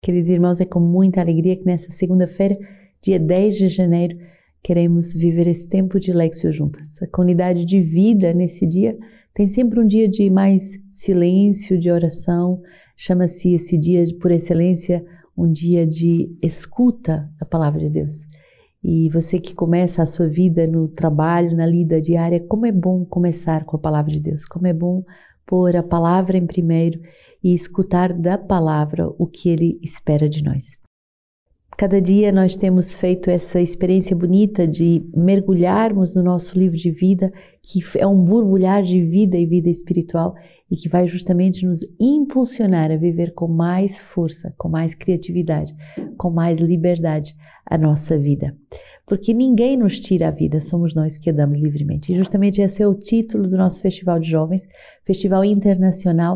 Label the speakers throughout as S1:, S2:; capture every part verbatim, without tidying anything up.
S1: Queridos irmãos, é com muita alegria que nessa segunda-feira, dia dez de janeiro, queremos viver esse tempo de Lexio juntas. A comunidade de vida nesse dia tem sempre um dia de mais silêncio, de oração. Chama-se esse dia, por excelência, um dia de escuta da palavra de Deus. E você que começa a sua vida no trabalho, na lida diária, como é bom começar com a palavra de Deus, como é bom pôr a palavra em primeiro e escutar da palavra o que Ele espera de nós. Cada dia nós temos feito essa experiência bonita de mergulharmos no nosso livro de vida, que é um borbulhar de vida e vida espiritual e que vai justamente nos impulsionar a viver com mais força, com mais criatividade, com mais liberdade a nossa vida. Porque ninguém nos tira a vida, somos nós que a damos livremente. E justamente esse é o título do nosso Festival de Jovens, Festival Internacional,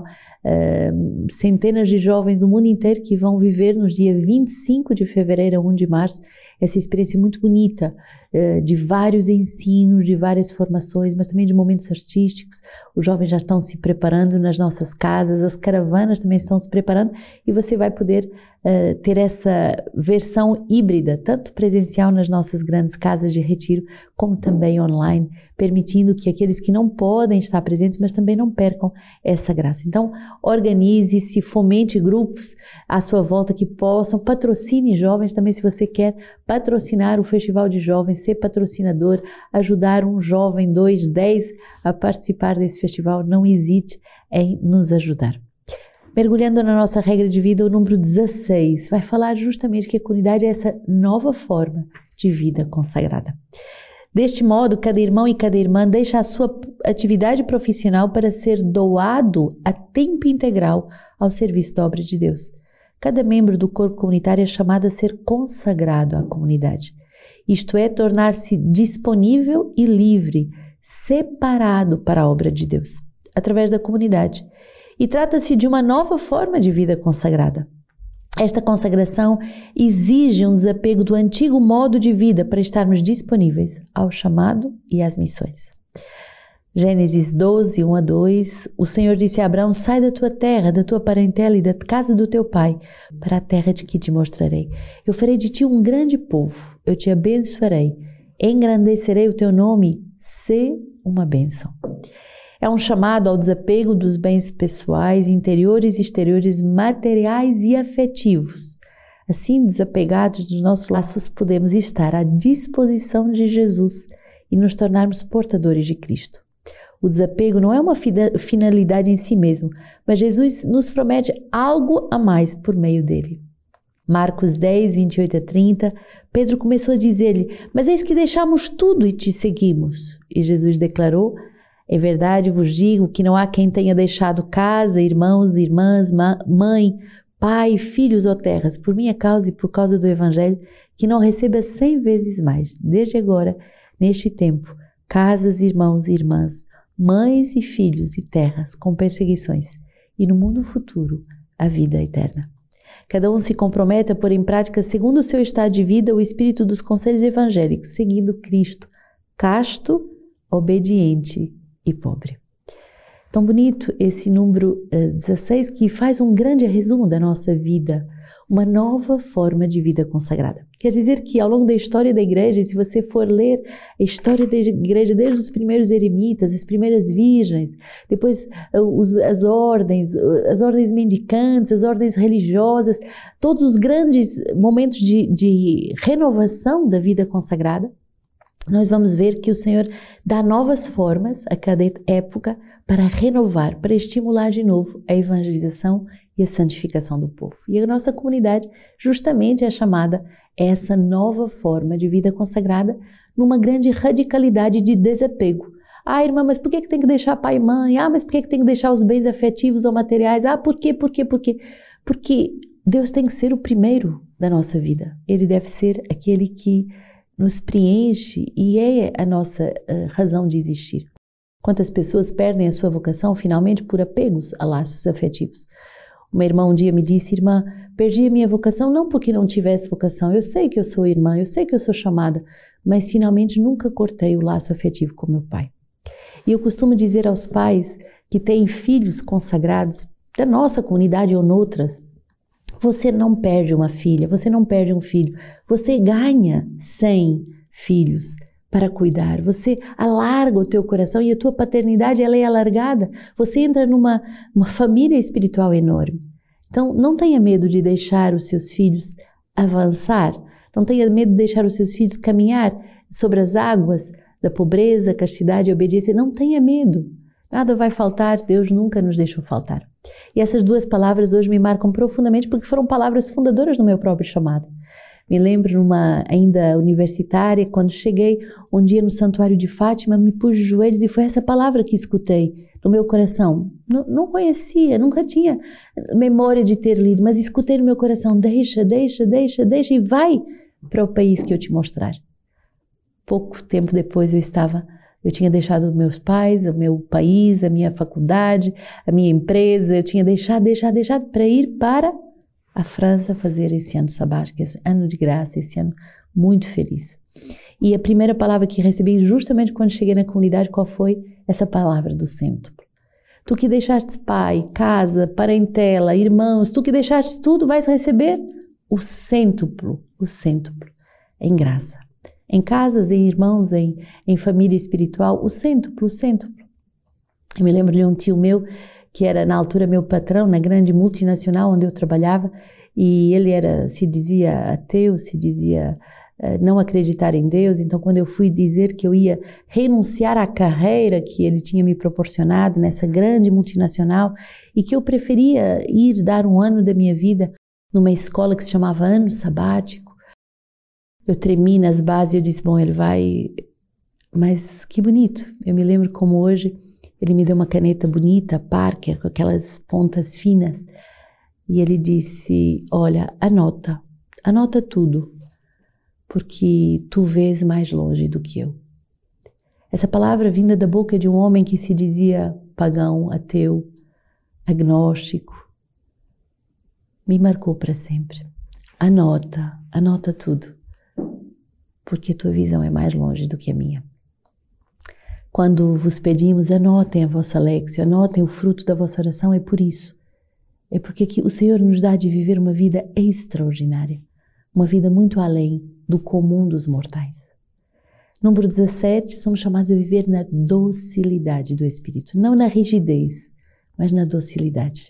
S1: uh, centenas de jovens do mundo inteiro que vão viver nos dias vinte e cinco de fevereiro a primeiro de março, essa experiência muito bonita, uh, de vários ensinos, de várias formações, mas também de momentos artísticos. Os jovens já estão se preparando nas nossas casas, as caravanas também estão se preparando e você vai poder uh, ter essa versão híbrida, tanto presencial nas nossas grandes casas de retiro, como também online, permitindo que aqueles que não podem estar presentes, mas também não percam essa graça. Então, organize-se, fomente grupos à sua volta que possam, patrocine jovens também, se você quer patrocinar o Festival de Jovens, ser patrocinador, ajudar um jovem, dois, dez a participar desse festival, não hesite em nos ajudar. Mergulhando na nossa regra de vida, o número dezesseis vai falar justamente que a comunidade é essa nova forma de vida consagrada. Deste modo, cada irmão e cada irmã deixa a sua atividade profissional para ser doado a tempo integral ao serviço da obra de Deus. Cada membro do corpo comunitário é chamado a ser consagrado à comunidade. Isto é, tornar-se disponível e livre, separado para a obra de Deus, através da comunidade. E trata-se de uma nova forma de vida consagrada. Esta consagração exige um desapego do antigo modo de vida para estarmos disponíveis ao chamado e às missões. Gênesis doze, um a dois, o Senhor disse a Abraão: sai da tua terra, da tua parentela e da casa do teu pai, para a terra de que te mostrarei. Eu farei de ti um grande povo, eu te abençoarei, engrandecerei o teu nome, sê uma bênção. É um chamado ao desapego dos bens pessoais, interiores e exteriores, materiais e afetivos. Assim, desapegados dos nossos laços, podemos estar à disposição de Jesus e nos tornarmos portadores de Cristo. O desapego não é uma finalidade em si mesmo, mas Jesus nos promete algo a mais por meio dele. Marcos dez, vinte e oito a trinta, Pedro começou a dizer-lhe: mas eis que deixamos tudo e te seguimos. E Jesus declarou: em verdade vos digo que não há quem tenha deixado casa, irmãos, irmãs, mãe, pai, filhos ou terras, por minha causa e por causa do Evangelho, que não receba cem vezes mais, desde agora, neste tempo, casas, irmãos e irmãs, mães e filhos e terras, com perseguições, e no mundo futuro, a vida eterna. Cada um se compromete a pôr em prática, segundo o seu estado de vida, o espírito dos conselhos evangélicos, seguindo Cristo, casto, obediente e pobre. Tão bonito esse número uh, dezesseis, que faz um grande resumo da nossa vida, uma nova forma de vida consagrada. Quer dizer que ao longo da história da igreja, se você for ler a história da igreja desde os primeiros eremitas, as primeiras virgens, depois uh, os, as ordens, uh, as ordens mendicantes, as ordens religiosas, todos os grandes momentos de, de renovação da vida consagrada, nós vamos ver que o Senhor dá novas formas a cada época para renovar, para estimular de novo a evangelização e a santificação do povo. E a nossa comunidade justamente é chamada a essa nova forma de vida consagrada numa grande radicalidade de desapego. Ah, irmã, mas por que tem que deixar pai e mãe? Ah, mas por que tem que deixar os bens afetivos ou materiais? Ah, por quê, por quê, por quê? Porque Deus tem que ser o primeiro da nossa vida. Ele deve ser aquele que nos preenche e é a nossa uh, razão de existir. Quantas pessoas perdem a sua vocação finalmente por apegos a laços afetivos? Uma irmã um dia me disse: irmã, perdi a minha vocação não porque não tivesse vocação, eu sei que eu sou irmã, eu sei que eu sou chamada, mas finalmente nunca cortei o laço afetivo com meu pai. E eu costumo dizer aos pais que têm filhos consagrados, da nossa comunidade ou noutras, Você não perde uma filha, você não perde um filho, você ganha cem filhos para cuidar, você alarga o teu coração e a tua paternidade ela é alargada, você entra numa uma família espiritual enorme. Então não tenha medo de deixar os seus filhos avançar, não tenha medo de deixar os seus filhos caminhar sobre as águas da pobreza, castidade e obediência, não tenha medo, nada vai faltar, Deus nunca nos deixou faltar. E essas duas palavras hoje me marcam profundamente porque foram palavras fundadoras do meu próprio chamado. Me lembro numa ainda universitária, quando cheguei um dia no Santuário de Fátima, me pus de joelhos e foi essa palavra que escutei no meu coração. Não, não conhecia, nunca tinha memória de ter lido, mas escutei no meu coração, deixa, deixa, deixa, deixa e vai para o país que eu te mostrar. Pouco tempo depois eu estava, eu tinha deixado meus pais, o meu país, a minha faculdade, a minha empresa, eu tinha deixado, deixado, deixado para ir para a França fazer esse ano sabático, esse ano de graça, esse ano muito feliz. E a primeira palavra que recebi justamente quando cheguei na comunidade, qual foi? Essa palavra do cêntuplo. Tu que deixaste pai, casa, parentela, irmãos, tu que deixaste tudo, vais receber o cêntuplo, o cêntuplo, em graça. Em casas, em irmãos, em, em família espiritual, o cêntuplo, o cêntuplo. Eu me lembro de um tio meu, que era na altura meu patrão, na grande multinacional onde eu trabalhava, e ele era, se dizia ateu, se dizia uh, não acreditar em Deus. Então quando eu fui dizer que eu ia renunciar à carreira que ele tinha me proporcionado nessa grande multinacional, e que eu preferia ir dar um ano da minha vida numa escola que se chamava Ano Sabático, eu tremi nas bases e eu disse, bom, ele vai, mas que bonito. Eu me lembro como hoje, ele me deu uma caneta bonita, Parker, com aquelas pontas finas, e ele disse, olha, anota, anota tudo, porque tu vês mais longe do que eu. Essa palavra vinda da boca de um homem que se dizia pagão, ateu, agnóstico, me marcou para sempre. Anota, anota tudo, porque a tua visão é mais longe do que a minha. Quando vos pedimos, anotem a vossa léxio, anotem o fruto da vossa oração, é por isso. É porque o Senhor nos dá de viver uma vida extraordinária, uma vida muito além do comum dos mortais. Número dezessete, somos chamados a viver na docilidade do Espírito, não na rigidez, mas na docilidade.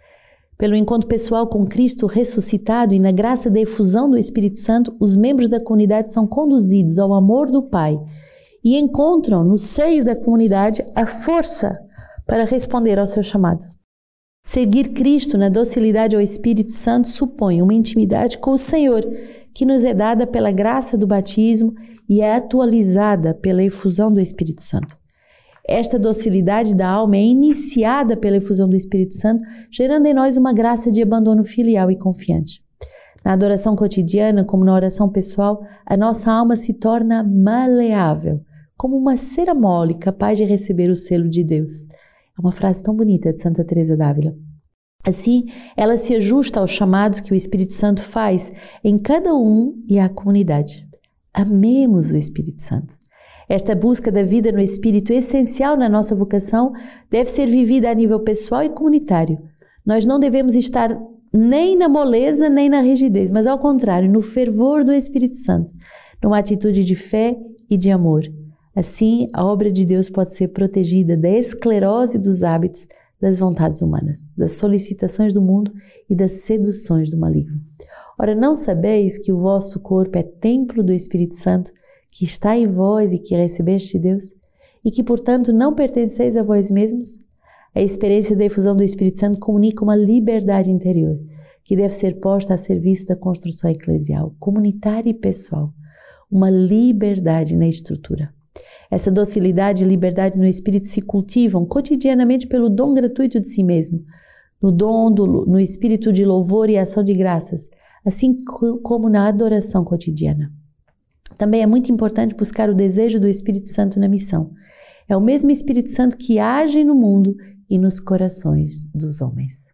S1: Pelo encontro pessoal com Cristo ressuscitado e na graça da efusão do Espírito Santo, os membros da comunidade são conduzidos ao amor do Pai e encontram no seio da comunidade a força para responder ao seu chamado. Seguir Cristo na docilidade ao Espírito Santo supõe uma intimidade com o Senhor, que nos é dada pela graça do batismo e é atualizada pela efusão do Espírito Santo. Esta docilidade da alma é iniciada pela efusão do Espírito Santo, gerando em nós uma graça de abandono filial e confiante. Na adoração cotidiana, como na oração pessoal, a nossa alma se torna maleável, como uma cera mole capaz de receber o selo de Deus. É uma frase tão bonita de Santa Teresa d'Ávila. Assim, ela se ajusta aos chamados que o Espírito Santo faz em cada um e à comunidade. Amemos o Espírito Santo. Esta busca da vida no Espírito, essencial na nossa vocação, deve ser vivida a nível pessoal e comunitário. Nós não devemos estar nem na moleza, nem na rigidez, mas ao contrário, no fervor do Espírito Santo, numa atitude de fé e de amor. Assim, a obra de Deus pode ser protegida da esclerose dos hábitos, das vontades humanas, das solicitações do mundo e das seduções do maligno. Ora, não sabeis que o vosso corpo é templo do Espírito Santo, que está em vós e que recebeste de Deus, e que, portanto, não pertenceis a vós mesmos? A experiência da efusão do Espírito Santo comunica uma liberdade interior, que deve ser posta a serviço da construção eclesial, comunitária e pessoal. Uma liberdade na estrutura. Essa docilidade e liberdade no Espírito se cultivam cotidianamente pelo dom gratuito de si mesmo, no dom, do, no espírito de louvor e ação de graças, assim como na adoração cotidiana. Também é muito importante buscar o desejo do Espírito Santo na missão. É o mesmo Espírito Santo que age no mundo e nos corações dos homens.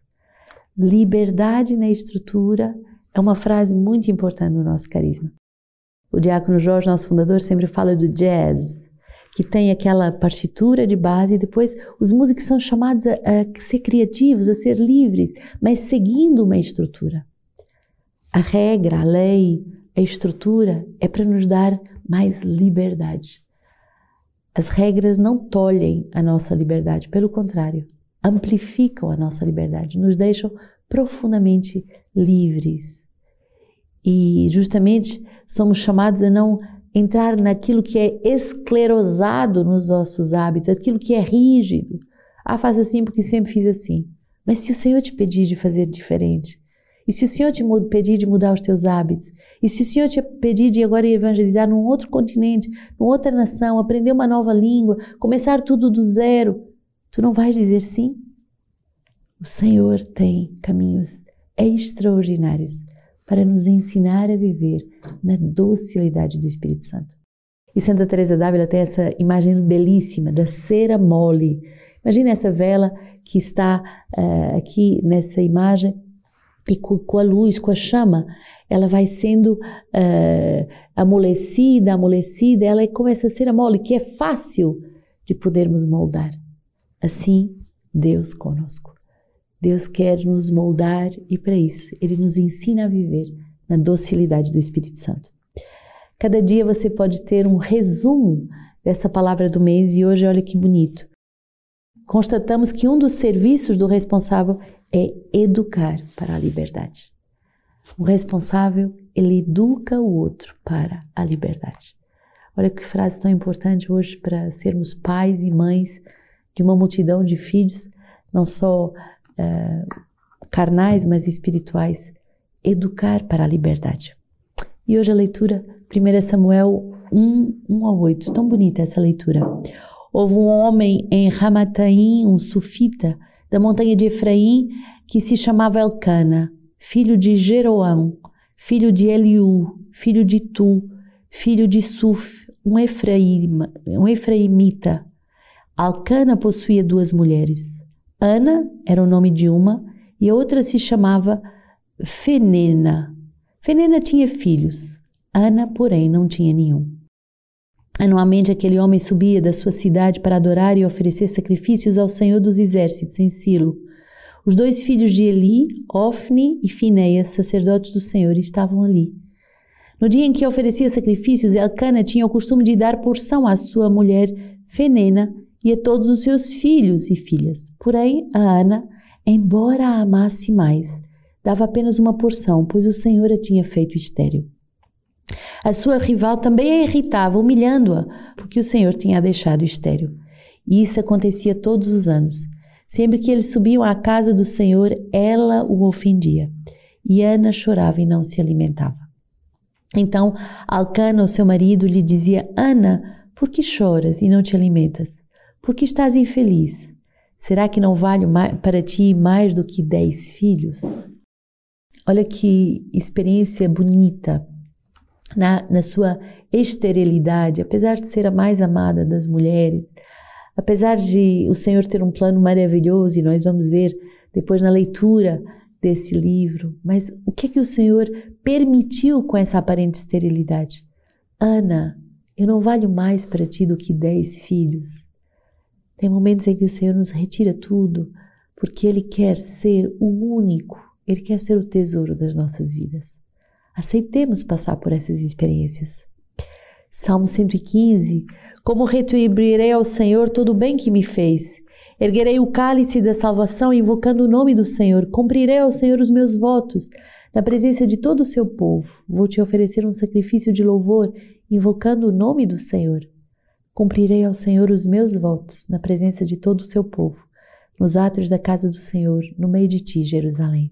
S1: Liberdade na estrutura é uma frase muito importante no nosso carisma. O diácono Jorge, nosso fundador, sempre fala do jazz, que tem aquela partitura de base e depois os músicos são chamados a, a ser criativos, a ser livres, mas seguindo uma estrutura. A regra, a lei, a estrutura é para nos dar mais liberdade. As regras não tolhem a nossa liberdade, pelo contrário, amplificam a nossa liberdade, nos deixam profundamente livres. E justamente somos chamados a não entrar naquilo que é esclerosado nos nossos hábitos, aquilo que é rígido. Ah, faça assim porque sempre fiz assim. Mas se o Senhor te pedir de fazer diferente, e se o Senhor te pedir de mudar os teus hábitos, e se o Senhor te pedir de agora evangelizar num outro continente, numa outra nação, aprender uma nova língua, começar tudo do zero, tu não vais dizer sim? O Senhor tem caminhos extraordinários para nos ensinar a viver na docilidade do Espírito Santo. E Santa Teresa d'Ávila tem essa imagem belíssima da cera mole. Imagina essa vela que está uh, aqui nessa imagem e com, com a luz, com a chama, ela vai sendo uh, amolecida, amolecida, ela é como essa cera mole que é fácil de podermos moldar. Assim, Deus conosco. Deus quer nos moldar e para isso Ele nos ensina a viver na docilidade do Espírito Santo. Cada dia você pode ter um resumo dessa palavra do mês e hoje olha que bonito. Constatamos que um dos serviços do responsável é educar para a liberdade. O responsável, ele educa o outro para a liberdade. Olha que frase tão importante hoje para sermos pais e mães de uma multidão de filhos, não só Uh, carnais, mas espirituais, educar para a liberdade. E hoje a leitura, primeiro Samuel um, um a oito, tão bonita essa leitura. Houve um homem em Ramataim, um sufita, da montanha de Efraim, que se chamava Elcana, filho de Jeroão, filho de Eliú, filho de Tu, filho de Suf, um, Efraima, um efraimita. Elcana possuía duas mulheres. Ana era o nome de uma e a outra se chamava Fenena. Fenena tinha filhos, Ana, porém, não tinha nenhum. Anualmente aquele homem subia da sua cidade para adorar e oferecer sacrifícios ao Senhor dos Exércitos em Silo. Os dois filhos de Eli, Ofni e Finéias, sacerdotes do Senhor, estavam ali. No dia em que oferecia sacrifícios, Elcana tinha o costume de dar porção à sua mulher Fenena e a todos os seus filhos e filhas. Porém, a Ana, embora a amasse mais, dava apenas uma porção, pois o Senhor a tinha feito estéril. A sua rival também a irritava, humilhando-a, porque o Senhor tinha a deixado estéril. E isso acontecia todos os anos. Sempre que eles subiam à casa do Senhor, ela o ofendia. E Ana chorava e não se alimentava. Então, Elcana, o seu marido, lhe dizia: Ana, por que choras e não te alimentas? Por que estás infeliz? Será que não vale para ti mais do que dez filhos? Olha que experiência bonita. Na, na sua esterilidade, apesar de ser a mais amada das mulheres, apesar de o Senhor ter um plano maravilhoso, e nós vamos ver depois na leitura desse livro, mas o que é que o Senhor permitiu com essa aparente esterilidade? Ana, eu não valho mais para ti do que dez filhos. Tem momentos em que o Senhor nos retira tudo, porque Ele quer ser o único, Ele quer ser o tesouro das nossas vidas. Aceitemos passar por essas experiências. Salmo cento e quinze. Como retribuirei ao Senhor todo o bem que me fez? Erguerei o cálice da salvação, invocando o nome do Senhor. Cumprirei ao Senhor os meus votos, na presença de todo o seu povo. Vou te oferecer um sacrifício de louvor, invocando o nome do Senhor. Cumprirei ao Senhor os meus votos, na presença de todo o seu povo, nos átrios da casa do Senhor, no meio de ti, Jerusalém.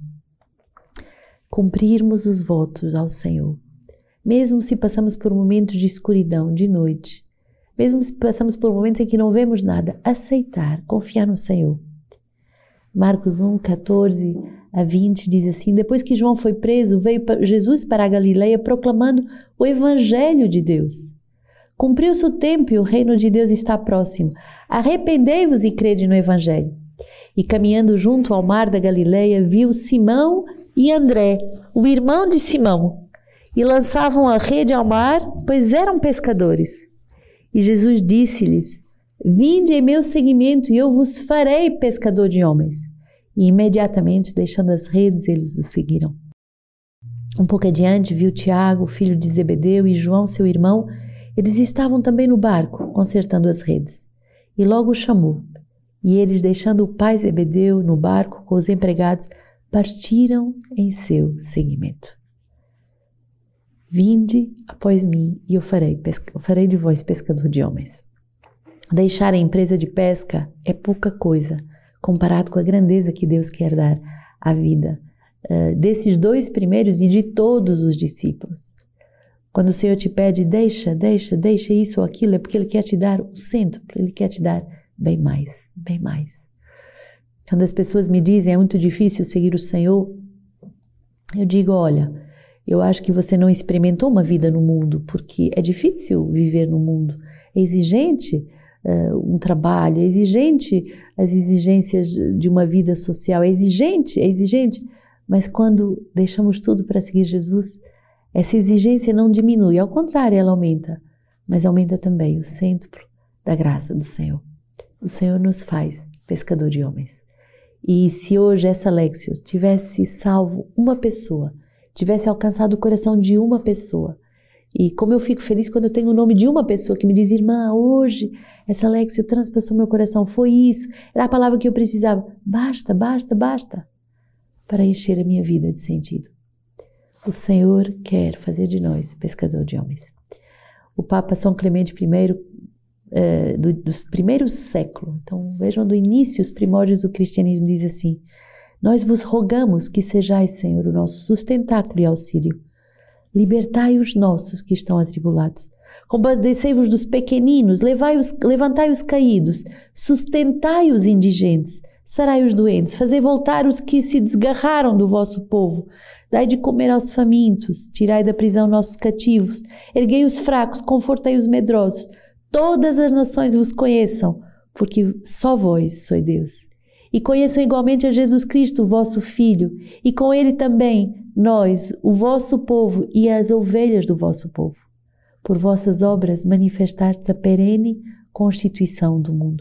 S1: Cumprirmos os votos ao Senhor, mesmo se passamos por momentos de escuridão, de noite, mesmo se passamos por momentos em que não vemos nada, aceitar, confiar no Senhor. Marcos um, catorze a vinte diz assim: depois que João foi preso, veio Jesus para a Galileia proclamando o Evangelho de Deus. Cumpriu-se o tempo e o reino de Deus está próximo. Arrependei-vos e crede no Evangelho. E caminhando junto ao mar da Galileia, viu Simão e André, o irmão de Simão, e lançavam a rede ao mar, pois eram pescadores. E Jesus disse-lhes: vinde em meu seguimento e eu vos farei pescador de homens. E imediatamente, deixando as redes, eles o seguiram. Um pouco adiante, viu Tiago, filho de Zebedeu, e João, seu irmão. Eles estavam também no barco, consertando as redes. E logo o chamou. E eles, deixando o pai Zebedeu no barco com os empregados, partiram em seu seguimento. Vinde após mim, e eu farei, eu farei de vós pescador de homens. Deixar a empresa de pesca é pouca coisa, comparado com a grandeza que Deus quer dar à vida uh, desses dois primeiros e de todos os discípulos. Quando o Senhor te pede, deixa, deixa, deixa isso ou aquilo, é porque Ele quer te dar o centro, Ele quer te dar bem mais, bem mais. Quando as pessoas me dizem, é muito difícil seguir o Senhor, eu digo, olha, eu acho que você não experimentou uma vida no mundo, porque é difícil viver no mundo, é exigente uh, um trabalho, é exigente as exigências de uma vida social, é exigente, é exigente, mas quando deixamos tudo para seguir Jesus, essa exigência não diminui, ao contrário, ela aumenta, mas aumenta também o centro da graça do Senhor. O Senhor nos faz pescador de homens. E se hoje essa Lexio tivesse salvo uma pessoa, tivesse alcançado o coração de uma pessoa, e como eu fico feliz quando eu tenho o nome de uma pessoa que me diz, irmã, hoje essa Lexio transpassou meu coração, foi isso, era a palavra que eu precisava. Basta, basta, basta, para encher a minha vida de sentido. O Senhor quer fazer de nós pescador de homens. O Papa São Clemente I, eh, do, dos primeiros séculos, então vejam do início, os primórdios do cristianismo, diz assim, nós vos rogamos que sejais, Senhor, o nosso sustentáculo e auxílio. Libertai os nossos que estão atribulados. Compadecei-vos dos pequeninos, levai os, levantai os caídos, sustentai os indigentes, sarai os doentes, fazei voltar os que se desgarraram do vosso povo, dai de comer aos famintos, tirai da prisão nossos cativos, erguei os fracos, confortai os medrosos, todas as nações vos conheçam, porque só vós sois Deus. E conheçam igualmente a Jesus Cristo, o vosso Filho, e com Ele também nós, o vosso povo e as ovelhas do vosso povo. Por vossas obras manifestastes a perene constituição do mundo.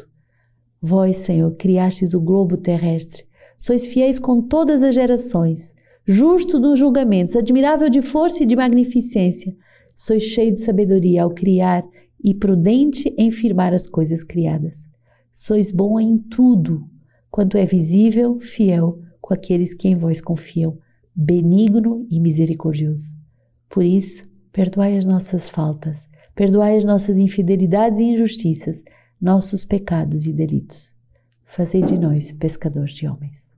S1: Vós, Senhor, criastes o globo terrestre, sois fiéis com todas as gerações, justo nos julgamentos, admirável de força e de magnificência, sois cheio de sabedoria ao criar e prudente em firmar as coisas criadas. Sois bom em tudo, quanto é visível, fiel com aqueles que em vós confiam, benigno e misericordioso. Por isso, perdoai as nossas faltas, perdoai as nossas infidelidades e injustiças, nossos pecados e delitos. Fazei de nós pescadores de homens.